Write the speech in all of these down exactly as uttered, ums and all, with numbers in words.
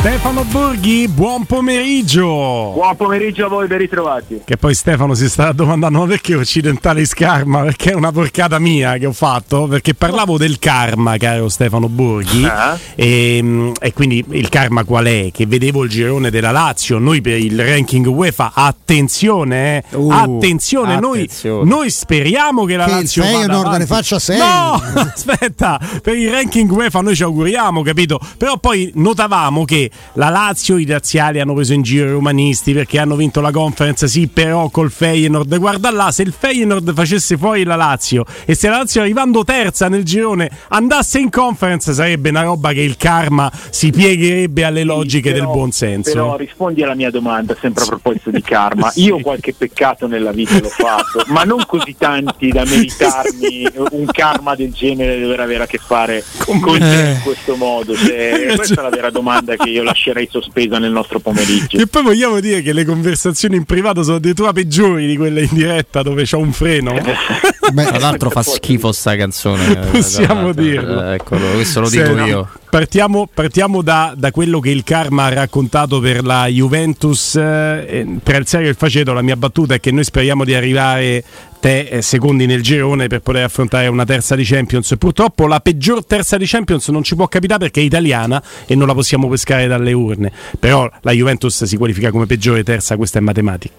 Stefano Borghi, buon pomeriggio. Buon pomeriggio a voi, ben ritrovati. Che poi Stefano si sta domandando ma perché occidentali karma, perché è una porcata mia che ho fatto, perché parlavo del karma, caro Stefano Borghi, uh-huh. e, e quindi il karma qual è? Che vedevo il girone della Lazio, noi per il ranking UEFA, attenzione, eh, uh, attenzione, attenzione. Noi, noi speriamo che la che Lazio il vada avanti. Ne faccia sei. No, aspetta, per il ranking UEFA noi ci auguriamo, capito? Però poi notavamo che la Lazio, i razziali hanno preso in giro i romanisti perché hanno vinto la Conference, sì, però col Feyenoord, guarda là, se il Feyenoord facesse fuori la Lazio e se la Lazio arrivando terza nel girone andasse in Conference sarebbe una roba che il karma si piegherebbe alle logiche sì, però, del buon senso. Però rispondi alla mia domanda sempre a proposito di karma. Io qualche peccato nella vita l'ho fatto, ma non così tanti da meritarmi un karma del genere, dover avere a che fare con te in questo modo. Cioè, questa è la vera domanda che io lascerei sospesa nel nostro pomeriggio. E poi vogliamo dire che le conversazioni in privato sono addirittura peggiori di quelle in diretta dove c'è un freno. Beh, tra l'altro fa schifo sta canzone. Possiamo dirlo. Eccolo, questo lo dico Senta, io. Partiamo, partiamo da, da quello che il karma ha raccontato per la Juventus. Eh, per alzare il faceto, la mia battuta è che noi speriamo di arrivare te eh, secondi nel girone per poter affrontare una terza di Champions. Purtroppo la peggior terza di Champions non ci può capitare perché è italiana e non la possiamo pescare dalle urne. Però la Juventus si qualifica come peggiore terza, questa è matematica.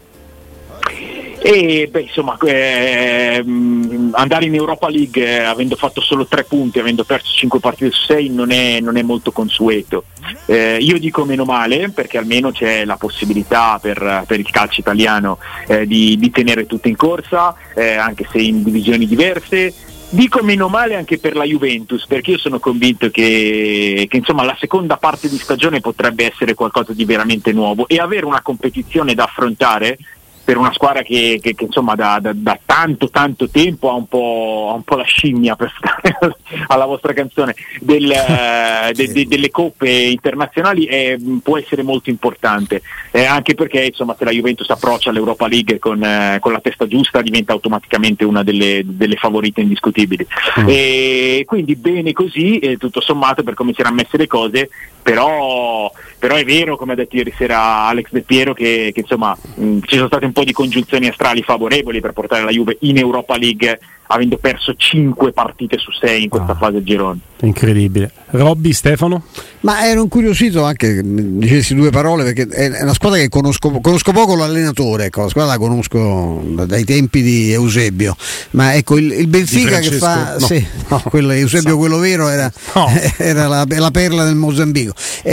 E beh, insomma, eh, andare in Europa League eh, avendo fatto solo tre punti, avendo perso cinque partite su sei, non è, non è molto consueto. Eh, io dico meno male, perché almeno c'è la possibilità per, per il calcio italiano eh, di, di tenere tutto in corsa, eh, anche se in divisioni diverse. Dico meno male anche per la Juventus, perché io sono convinto che, che insomma la seconda parte di stagione potrebbe essere qualcosa di veramente nuovo e avere una competizione da affrontare per una squadra che, che, che insomma da, da, da tanto tanto tempo ha un po', ha un po' la scimmia, per stare alla vostra canzone, del, de, de, delle coppe internazionali, è, può essere molto importante, eh, anche perché insomma se la Juventus approccia l'Europa League con, eh, con la testa giusta diventa automaticamente una delle, delle favorite indiscutibili. Mm. E quindi bene così, eh, tutto sommato, per come si erano messe le cose. Però, però è vero, come ha detto ieri sera Alex De Piero, che, che insomma mh, ci sono state un po' di congiunzioni astrali favorevoli per portare la Juve in Europa League, avendo perso cinque partite su sei in questa ah, fase del girone. Incredibile. Robby, Stefano? Ma ero incuriosito anche, dicessi due parole, perché è una squadra che conosco, conosco poco l'allenatore, ecco, la squadra la conosco dai tempi di Eusebio, ma ecco il, il Benfica che fa no. sì, no, quello, Eusebio so. quello vero era, no. era la, la perla del Mozambico.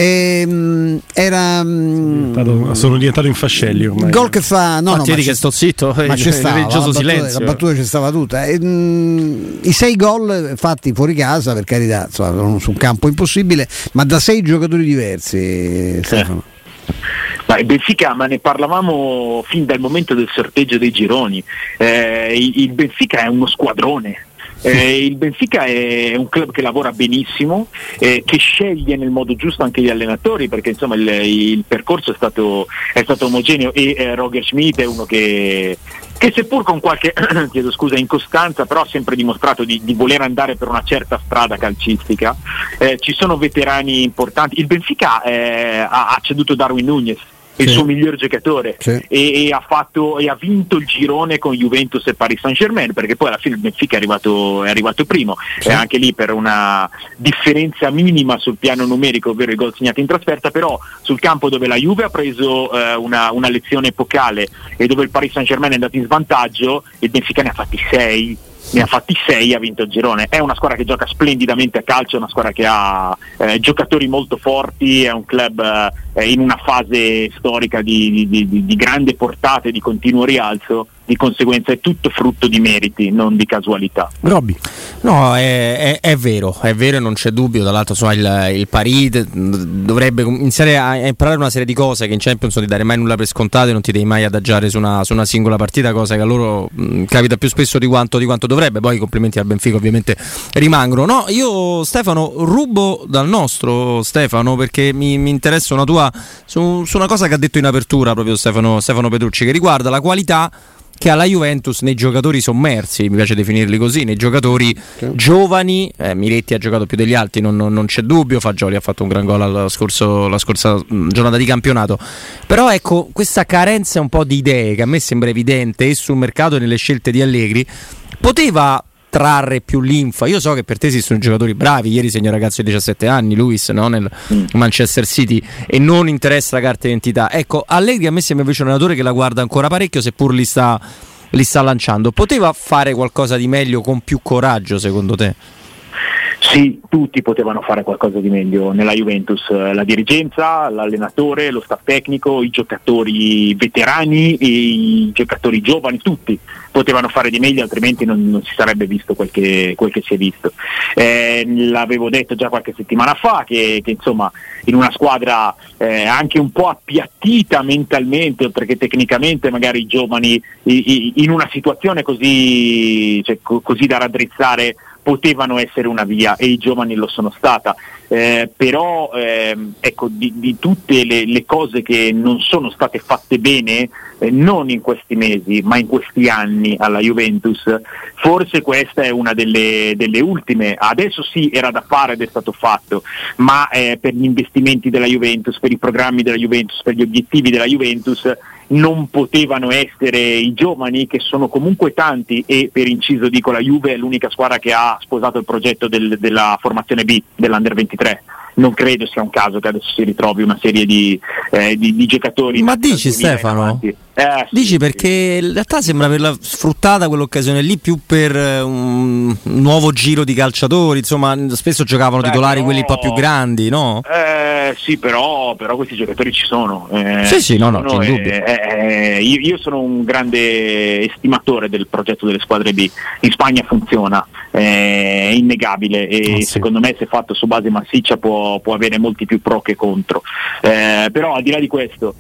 E, era diventato, sono diventato in fascelli ormai. Il gol che fa, no, no, ma che sto zitto, ma c'è stava, il religioso la battuta, silenzio. La battuta c'è stava tutta. E, mh, i sei gol fatti fuori casa, per carità, insomma, su un campo impossibile, ma da sei giocatori diversi, Stefano. Ma il Benfica, ma ne parlavamo fin dal momento del sorteggio dei gironi. Eh, il Benfica è uno squadrone. Eh, il Benfica è un club che lavora benissimo, eh, che sceglie nel modo giusto anche gli allenatori, perché insomma il, il percorso è stato, è stato omogeneo e eh, Roger Schmidt è uno che, che seppur con qualche chiedo scusa incostanza, però ha sempre dimostrato di, di voler andare per una certa strada calcistica. Eh, ci sono veterani importanti. Il Benfica eh, ha, ha ceduto Darwin Núñez, il sì. suo miglior giocatore, sì. e, e ha fatto e ha vinto il girone con Juventus e Paris Saint-Germain, perché poi alla fine il Benfica è arrivato, è arrivato primo, sì. e anche lì per una differenza minima sul piano numerico, ovvero i gol segnati in trasferta, però sul campo dove la Juve ha preso eh, una, una lezione epocale e dove il Paris Saint-Germain è andato in svantaggio, il Benfica ne ha fatti sei. Ne ha fatti sei, ha vinto il girone. È una squadra che gioca splendidamente a calcio, è una squadra che ha eh, giocatori molto forti, è un club eh, in una fase storica di, di, di, di grande portata e di continuo rialzo, di conseguenza è tutto frutto di meriti, non di casualità. Robby? No, è, è, è vero, è vero e non c'è dubbio. Tra l'altro insomma, il, il Paris dovrebbe iniziare a, a imparare una serie di cose che in Champions non ti dare mai nulla per scontate, non ti devi mai adagiare su una, su una singola partita, cosa che a loro mh, capita più spesso di quanto, di quanto dovrebbe. Poi i complimenti al Benfica ovviamente rimangono. No, io Stefano rubo dal nostro Stefano, perché mi, mi interessa una tua su, su una cosa che ha detto in apertura proprio Stefano, Stefano Petrucci, che riguarda la qualità che alla Juventus nei giocatori sommersi, mi piace definirli così, nei giocatori sì. giovani, eh, Miretti ha giocato più degli altri, non, non, non c'è dubbio, Fagioli ha fatto un gran gol alla, scorso, la scorsa giornata di campionato, però ecco questa carenza un po' di idee che a me sembra evidente e sul mercato e nelle scelte di Allegri poteva trarre più linfa. Io so che per te esistono giocatori bravi, ieri segna un ragazzo di diciassette anni, Luis, no? Nel mm. Manchester City, e non interessa la carta d'identità. Ecco, Allegri a me sembra invece un allenatore che la guarda ancora parecchio, seppur li sta, li sta lanciando. Poteva fare qualcosa di meglio con più coraggio, secondo te? Sì, tutti potevano fare qualcosa di meglio nella Juventus, la dirigenza, l'allenatore, lo staff tecnico, i giocatori veterani, i giocatori giovani, tutti potevano fare di meglio, altrimenti non, non si sarebbe visto quel che, quel che si è visto. Eh, l'avevo detto già qualche settimana fa che, che insomma in una squadra eh, anche un po' appiattita mentalmente, oltre che tecnicamente, magari i giovani i, i, in una situazione così, cioè, co- così da raddrizzare potevano essere una via, e i giovani lo sono stata, eh, però ehm, ecco di, di tutte le, le cose che non sono state fatte bene, eh, non in questi mesi ma in questi anni alla Juventus, forse questa è una delle, delle ultime. Adesso sì, era da fare ed è stato fatto, ma eh, per gli investimenti della Juventus, per i programmi della Juventus, per gli obiettivi della Juventus non potevano essere i giovani, che sono comunque tanti, e per inciso dico la Juve è l'unica squadra che ha sposato il progetto del, della formazione B, dell'Under ventitré. Non credo sia un caso che adesso si ritrovi una serie di, eh, di, di giocatori. Ma dici Stefano? Eh, dici sì, perché sì. In realtà sembra averla sfruttata quell'occasione lì più per un nuovo giro di calciatori, insomma spesso giocavano Beh, titolari però, quelli un po' più grandi, no? Eh, sì, però, però questi giocatori ci sono. Eh, sì, sì, no, no, sono, c'è eh, dubbio. Eh, io, io sono un grande estimatore del progetto delle squadre B. In Spagna funziona, eh, è innegabile, e oh, sì. secondo me se fatto su base massiccia può, può avere molti più pro che contro. Eh, però al di là di questo,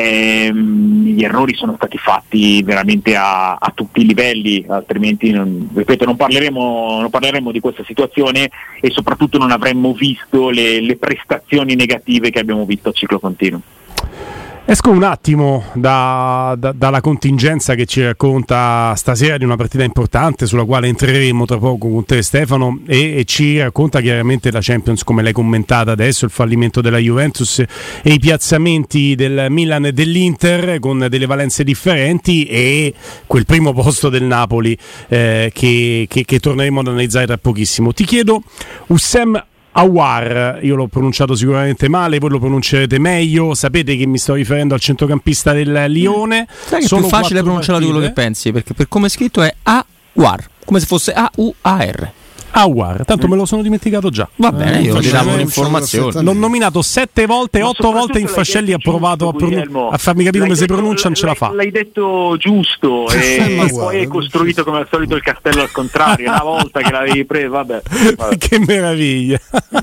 ehm, gli errori sono stati fatti veramente a, a tutti i livelli, altrimenti non, ripeto, non parleremo, non parleremo di questa situazione, e soprattutto non avremmo visto le, le prestazioni negative che abbiamo visto a ciclo continuo. Esco un attimo da, da, dalla contingenza che ci racconta stasera di una partita importante sulla quale entreremo tra poco con te Stefano, e, e ci racconta chiaramente la Champions come l'hai commentata adesso, il fallimento della Juventus e i piazzamenti del Milan e dell'Inter con delle valenze differenti, e quel primo posto del Napoli eh, che, che, che torneremo ad analizzare tra pochissimo. Ti chiedo, Houssem Aouar, io l'ho pronunciato sicuramente male, voi lo pronuncerete meglio, sapete che mi sto riferendo al centrocampista del Lione. Sai che è più facile pronunciarlo di quello che pensi, perché per come è scritto è Aouar, come se fosse A U A R. Aouar, tanto me lo sono dimenticato già. Va bene, eh, io ti davo un'informazione. L'ho nominato sette volte, otto volte in Fascelli ha provato a, pronun- a farmi capire come si pronuncia, non ce la fa. L'hai detto giusto, e poi hai costruito come al solito il castello al contrario, una volta che l'avevi preso, vabbè. vabbè. Che meraviglia.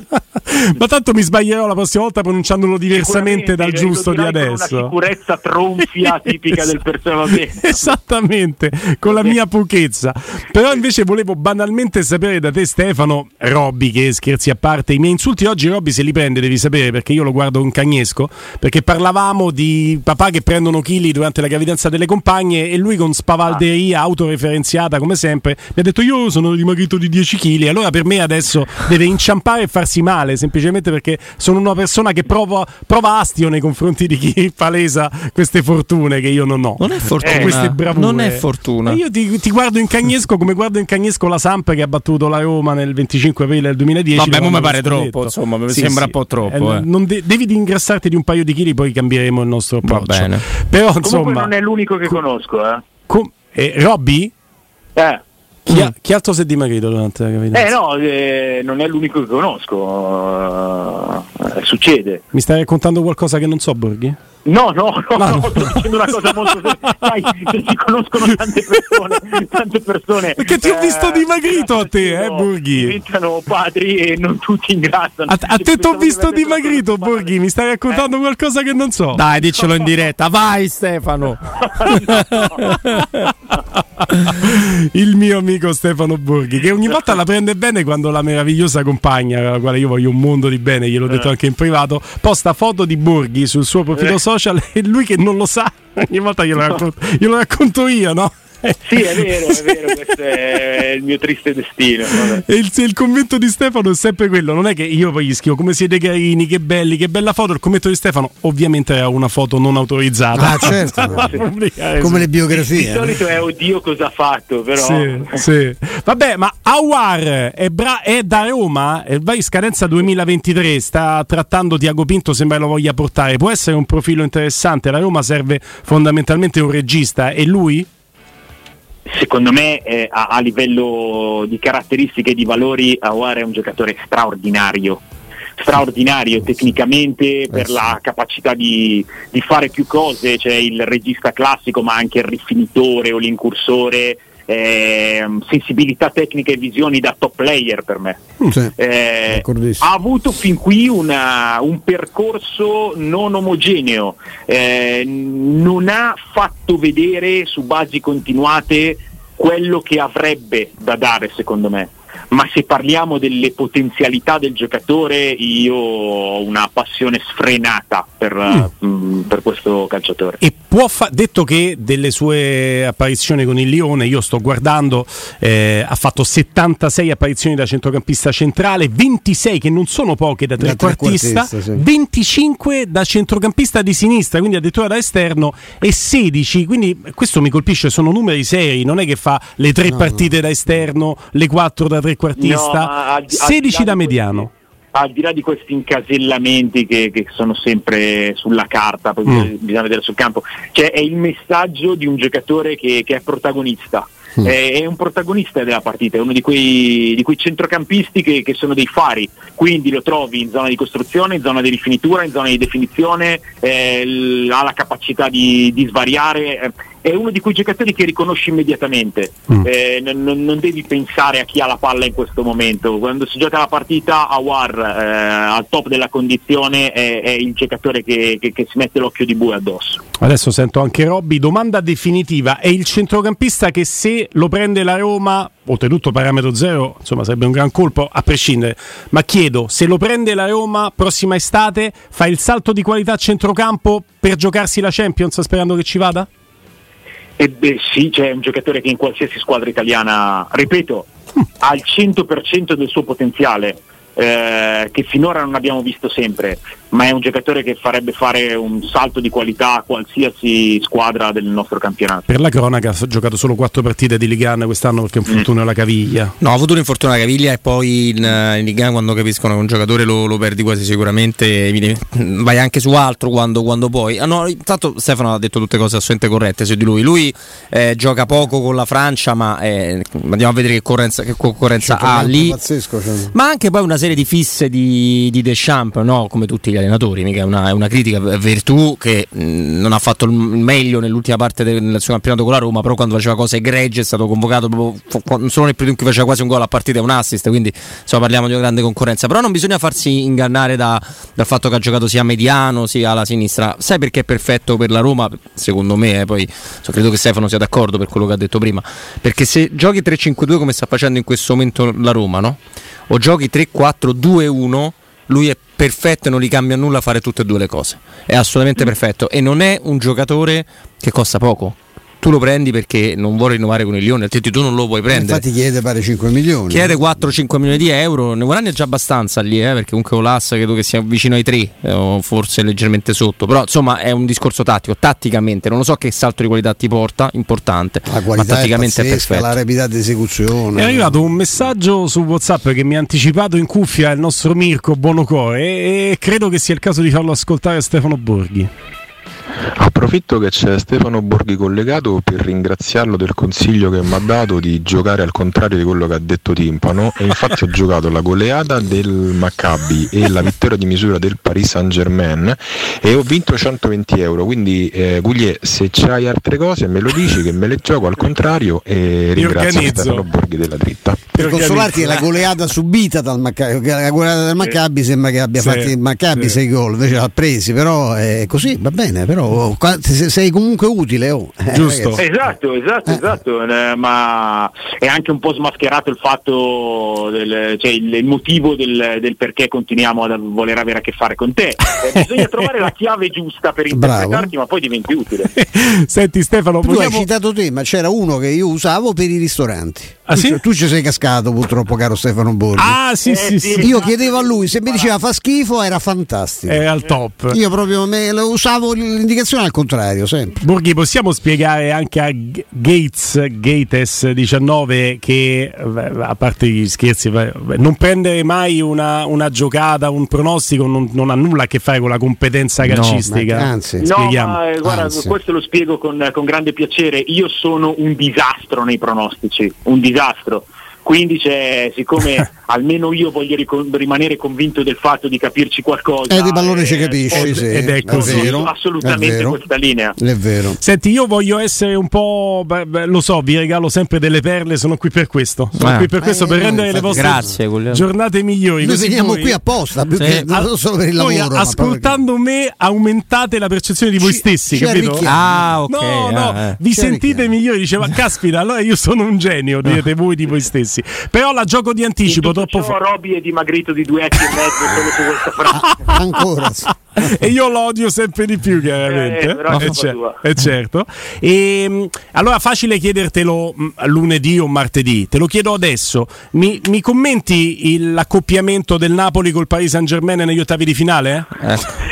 Ma tanto mi sbaglierò la prossima volta pronunciandolo diversamente dal giusto di adesso. Con una sicurezza tronfia tipica del personaggio. Esattamente, con la mia pochezza. Però invece volevo banalmente sapere da te Stefano, Robby, che scherzi a parte, i miei insulti oggi Robby se li prende, devi sapere, perché io lo guardo in cagnesco, perché parlavamo di papà che prendono chili durante la gravidanza delle compagne, e lui con spavalderia autoreferenziata come sempre mi ha detto io sono dimagrito di dieci chili, allora per me adesso deve inciampare e farsi male, semplicemente perché sono una persona che prova, prova astio nei confronti di chi palesa queste fortune che io non ho. Non è fortuna, eh, queste bravure. Non è fortuna. E io ti, ti guardo in cagnesco come guardo in cagnesco la Samp che ha battuto la Roma nel venticinque aprile del duemiladieci. Vabbè, mi pare troppo, insomma, mi sì, sembra sì. un po' troppo. Eh, eh. Non de- devi ingrassarti di un paio di chili, poi cambieremo il nostro approccio. Va bene. Però, insomma, non è l'unico che com- conosco, eh. Com- eh Robby? Eh. Chi, ha, chi altro si è dimagrito durante la gravidanza? Eh no, eh, non è l'unico che conosco. Eh, succede. Mi stai raccontando qualcosa che non so, Borghi? No, no, no, no, sto dicendo una cosa molto sai, si conoscono tante persone, tante persone. Perché ti ho visto eh, dimagrito a te, eh, Borghi. Diventano padri e non tutti ingrassano. A, a te ti ho visto dimagrito, Borghi, mi stai raccontando eh? qualcosa che non so. Dai, diccelo in diretta, vai Stefano. Il mio amico Stefano Borghi, che ogni volta la prende bene quando la meravigliosa compagna, alla quale io voglio un mondo di bene, gliel'ho detto anche in privato, posta foto di Borghi sul suo profilo social, e lui che non lo sa, ogni volta glielo racconto, glielo racconto io, no? Sì, è vero, è vero, questo è il mio triste destino. E il, il commento di Stefano è sempre quello, non è che io poi gli scrivo come siete carini, che belli, che bella foto. Il commento di Stefano ovviamente era una foto non autorizzata. Ah, certo. Come le biografie. Di solito è oddio cosa ha fatto, però. Sì, sì. Vabbè, ma Aouar è, bra- è da Roma, è in scadenza duemilaventitré, sta trattando Tiago Pinto, sembra lo voglia portare. Può essere un profilo interessante. La Roma serve fondamentalmente un regista, e lui? Secondo me eh, a, a livello di caratteristiche e di valori Aouar è un giocatore straordinario straordinario tecnicamente, per la capacità di, di fare più cose. C'è il regista classico ma anche il rifinitore o l'incursore, eh, sensibilità tecnica e visioni da top player per me. Sì, eh, ha avuto fin qui una, un percorso non omogeneo, eh, non ha fatto vedere su basi continuate quello che avrebbe da dare, secondo me. Ma se parliamo delle potenzialità del giocatore, io ho una passione sfrenata per, mm. mh, per questo calciatore. E può fa- detto che delle sue apparizioni con il Lione, io sto guardando, eh, ha fatto settantasei apparizioni da centrocampista centrale, ventisei che non sono poche da trequartista, tre sì. venticinque da centrocampista di sinistra, quindi addirittura da esterno, e sedici, quindi questo mi colpisce, sono numeri seri, non è che fa le tre no, partite no. da esterno, le quattro da trequartista, no, sedici da mediano. Al di là di questi incasellamenti che, che sono sempre sulla carta, poi mm. bisogna vedere sul campo, cioè è il messaggio di un giocatore che, che è protagonista. Mm. È, è un protagonista della partita, è uno di quei, di quei centrocampisti che, che sono dei fari, quindi lo trovi in zona di costruzione, in zona di rifinitura, in zona di definizione, eh, l- ha la capacità di, di svariare, eh, è uno di quei giocatori che riconosci immediatamente. Mm. eh, non, non devi pensare a chi ha la palla in questo momento, quando si gioca la partita Aouar eh, al top della condizione è, è il giocatore che, che, che si mette l'occhio di bue addosso. Adesso sento anche Robby, domanda definitiva: è il centrocampista che se lo prende la Roma, oltretutto parametro zero, insomma sarebbe un gran colpo a prescindere, ma chiedo, se lo prende la Roma prossima estate, fa il salto di qualità a centrocampo per giocarsi la Champions sperando che ci vada? Eh beh, sì, c'è un giocatore che in qualsiasi squadra italiana, ripeto, mm. ha il cento per cento del suo potenziale, eh, che finora non abbiamo visto sempre, ma è un giocatore che farebbe fare un salto di qualità a qualsiasi squadra del nostro campionato. Per la cronaca ha giocato solo quattro partite di Ligue uno quest'anno perché è un infortunio alla caviglia. No, ha avuto un infortunio alla caviglia e poi in, in Ligue uno, quando capiscono che un giocatore lo, lo perdi quasi sicuramente, vai anche su altro quando, quando puoi. Ah, no, intanto Stefano ha detto tutte cose assolutamente corrette su di lui. Lui eh, gioca poco con la Francia, ma eh, andiamo a vedere che concorrenza, che concorrenza ha lì. Pazzesco, cioè. Ma anche poi una serie di fisse di, di Deschamps, no? Come tutti gli allenatori, mica è una, è una critica. Vertù che mh, non ha fatto il meglio nell'ultima parte del, del suo campionato con la Roma, però quando faceva cose egregie è stato convocato proprio, non solo nel primo in cui faceva quasi un gol a partita e un assist, quindi insomma parliamo di una grande concorrenza. Però non bisogna farsi ingannare da, dal fatto che ha giocato sia mediano sia alla sinistra. Sai perché è perfetto per la Roma? Secondo me, eh, poi so, credo che Stefano sia d'accordo per quello che ha detto prima, perché se giochi tre cinque due come sta facendo in questo momento la Roma, no? O giochi tre quattro due uno, lui è perfetto e non gli cambia nulla fare tutte e due le cose, è assolutamente perfetto e non è un giocatore che costa poco. Tu lo prendi perché non vuole rinnovare con il Lione, altrimenti tu non lo puoi prendere. Infatti chiede pare cinque milioni. Chiede quattro cinque milioni di euro, ne guadagna già abbastanza lì, eh, perché comunque Olas credo che sia vicino ai tre, eh, o forse leggermente sotto. Però insomma è un discorso tattico, tatticamente, non lo so che salto di qualità ti porta, importante, la qualità, ma tatticamente è, pazzesca, è perfetto. La rapidità di esecuzione. È arrivato un messaggio su WhatsApp che mi ha anticipato in cuffia il nostro Mirko Buonocore e, e credo che sia il caso di farlo ascoltare a Stefano Borghi. Approfitto che c'è Stefano Borghi collegato per ringraziarlo del consiglio che mi ha dato di giocare al contrario di quello che ha detto Timpano, e infatti ho giocato la goleada del Maccabi e la vittoria di misura del Paris Saint-Germain e ho vinto centoventi euro, quindi eh, Gugliè, se c'hai altre cose me lo dici che me le gioco al contrario, e ringrazio Stefano Borghi della dritta. per consolarti è la goleada subita dal Maccabi, la goleada del Maccabi sembra che abbia sì, fatto il Maccabi sì. sei gol, invece l'ha presi, però è così, va bene, però sei comunque utile, oh. Giusto. Eh, esatto, esatto, eh. esatto, eh, ma è anche un po' smascherato il fatto del, cioè il, il motivo del, del perché continuiamo a voler avere a che fare con te. Eh, bisogna trovare la chiave giusta per interpretarti, ma poi diventi utile. Senti Stefano, tu vogliamo... hai citato te, ma c'era uno che io usavo per i ristoranti. Ah, tu, sì? tu ci sei cascato purtroppo, caro Stefano Borghi. Ah sì, eh, sì, sì. Io chiedevo a lui, se mi diceva fa schifo era fantastico. Era al top. Io proprio me lo usavo l'indicazione al contrario, sempre. Borghi, possiamo spiegare anche a Gates, Gates diciannove che, a parte gli scherzi, non prendere mai una, una giocata, un pronostico non, non ha nulla a che fare con la competenza calcistica. No, ma, anzi, no, ma, eh, guarda, anzi. questo lo spiego con, con grande piacere. Io sono un disastro nei pronostici, un disastro. Quindi c'è, siccome almeno io voglio ricon- rimanere convinto del fatto di capirci qualcosa. Eh, di pallone ci capisci, sì, ed è così. È vero, assolutamente è vero, questa linea. È vero. Senti, io voglio essere un po', beh, beh, lo so, vi regalo sempre delle perle, sono qui per questo. Sono eh. qui per questo, eh, per no, rendere infatti, le vostre grazie, giornate migliori. Noi così veniamo voi, qui apposta, più sì. che, non solo per il lavoro. Voi, ascoltando me, aumentate la percezione di voi Ci, stessi, ci capito? Ah, ok. No, no, eh. vi ci sentite migliori, diceva, caspita, allora io sono un genio, direte voi di voi stessi. Però la gioco di anticipo troppo forte. Roby è dimagrito di due etti e mezzo solo su questa frase. Ancora sì. E io lo odio sempre di più, chiaramente. Eh, però è, cer- è certo. E, allora facile chiedertelo lunedì o martedì. Te lo chiedo adesso. Mi, mi commenti il, l'accoppiamento del Napoli col Paris Saint-Germain negli ottavi di finale? Eh?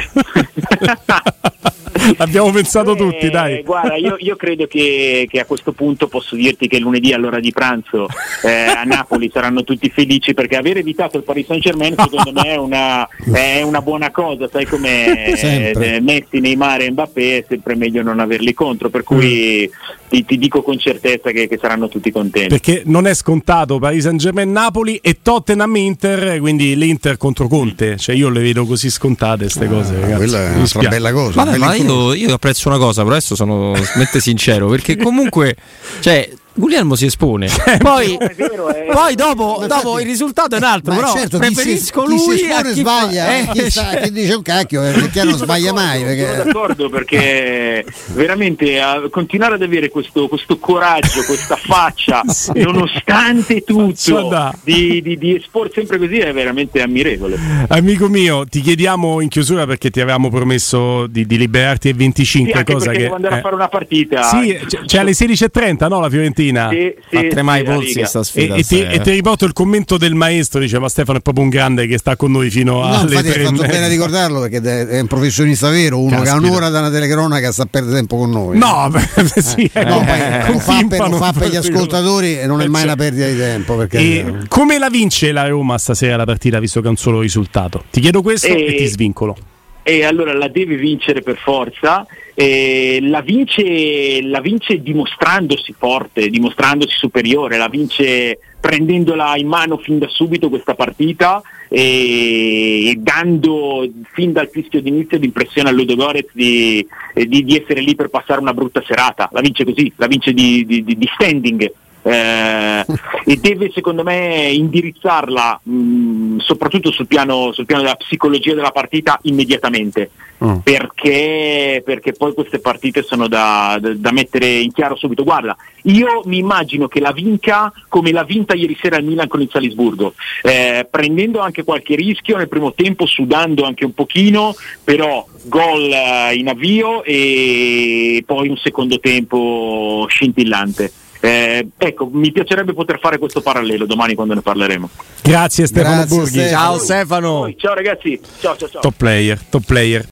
L'abbiamo pensato eh, tutti, dai. Guarda, io, io credo che, che a questo punto posso dirti che lunedì all'ora di pranzo eh, a Napoli saranno tutti felici, perché aver evitato il Paris Saint-Germain secondo me è una, è una buona cosa. Sai come eh, Messi, Neymar e Mbappé è sempre meglio non averli contro, per cui mm. ti, ti dico con certezza che, che saranno tutti contenti. Perché non è scontato Paris Saint-Germain Napoli e Tottenham Inter, quindi l'Inter contro Conte, cioè io le vedo così scontate queste cose, ah, ragazzi. Quella è una bella cosa. Vabbè, ma io Io apprezzo una cosa, però adesso sono mette sincero, perché comunque cioè Guglielmo si espone, poi, è vero, è... poi dopo, dopo il risultato è un altro, però certo, preferisco chi si, lui chi si espone a chi sbaglia, fa... eh, chi, sa, chi dice un cacchio perché non sbaglia mai, perché... sono d'accordo, perché veramente a continuare ad avere questo, questo coraggio, questa faccia sì. nonostante tutto di, di, di esporre sempre così è veramente ammirevole. Amico mio, ti chiediamo in chiusura, perché ti avevamo promesso di, di liberarti alle venticinque, sì, cosa che devo andare eh. a fare una partita. Sì, c'è, c'è alle sedici e trenta, no, la Fiorentina. Sì, sì, a tremare sì, i polsi sta sfida, e, e, ti, e ti riporto il commento del maestro, diceva Stefano è proprio un grande che sta con noi fino no, alle infatti tre. Hai fatto bene a ricordarlo, perché è un professionista vero, uno Caspita. che ha un'ora da una telecronaca sta a perdere tempo con noi. No, beh, sì, eh, no, eh, non fa per, non fa per gli ascoltatori e non è mai una perdita di tempo, perché e come la vince la Roma stasera la partita, visto che ha un solo risultato? Ti chiedo questo e, e ti svincolo. E allora la deve vincere per forza, e la vince, la vince dimostrandosi forte, dimostrandosi superiore, la vince prendendola in mano fin da subito questa partita e, e dando fin dal fischio d'inizio l'impressione a Ludogorets di, di, di essere lì per passare una brutta serata. La vince così, la vince di, di, di standing. Eh, e deve secondo me indirizzarla mh, soprattutto sul piano, sul piano della psicologia della partita immediatamente, mm. perché, perché poi queste partite sono da, da, da mettere in chiaro subito. Guarda, io mi immagino che la vinca come l'ha vinta ieri sera il Milan con il Salisburgo, eh, prendendo anche qualche rischio nel primo tempo, sudando anche un pochino, però gol in avvio e poi un secondo tempo scintillante. Eh, ecco, mi piacerebbe poter fare questo parallelo domani quando ne parleremo. Grazie Stefano Grazie, Borghi. Ciao Stefano. Ciao ragazzi, ciao ciao ciao. Top player, top player.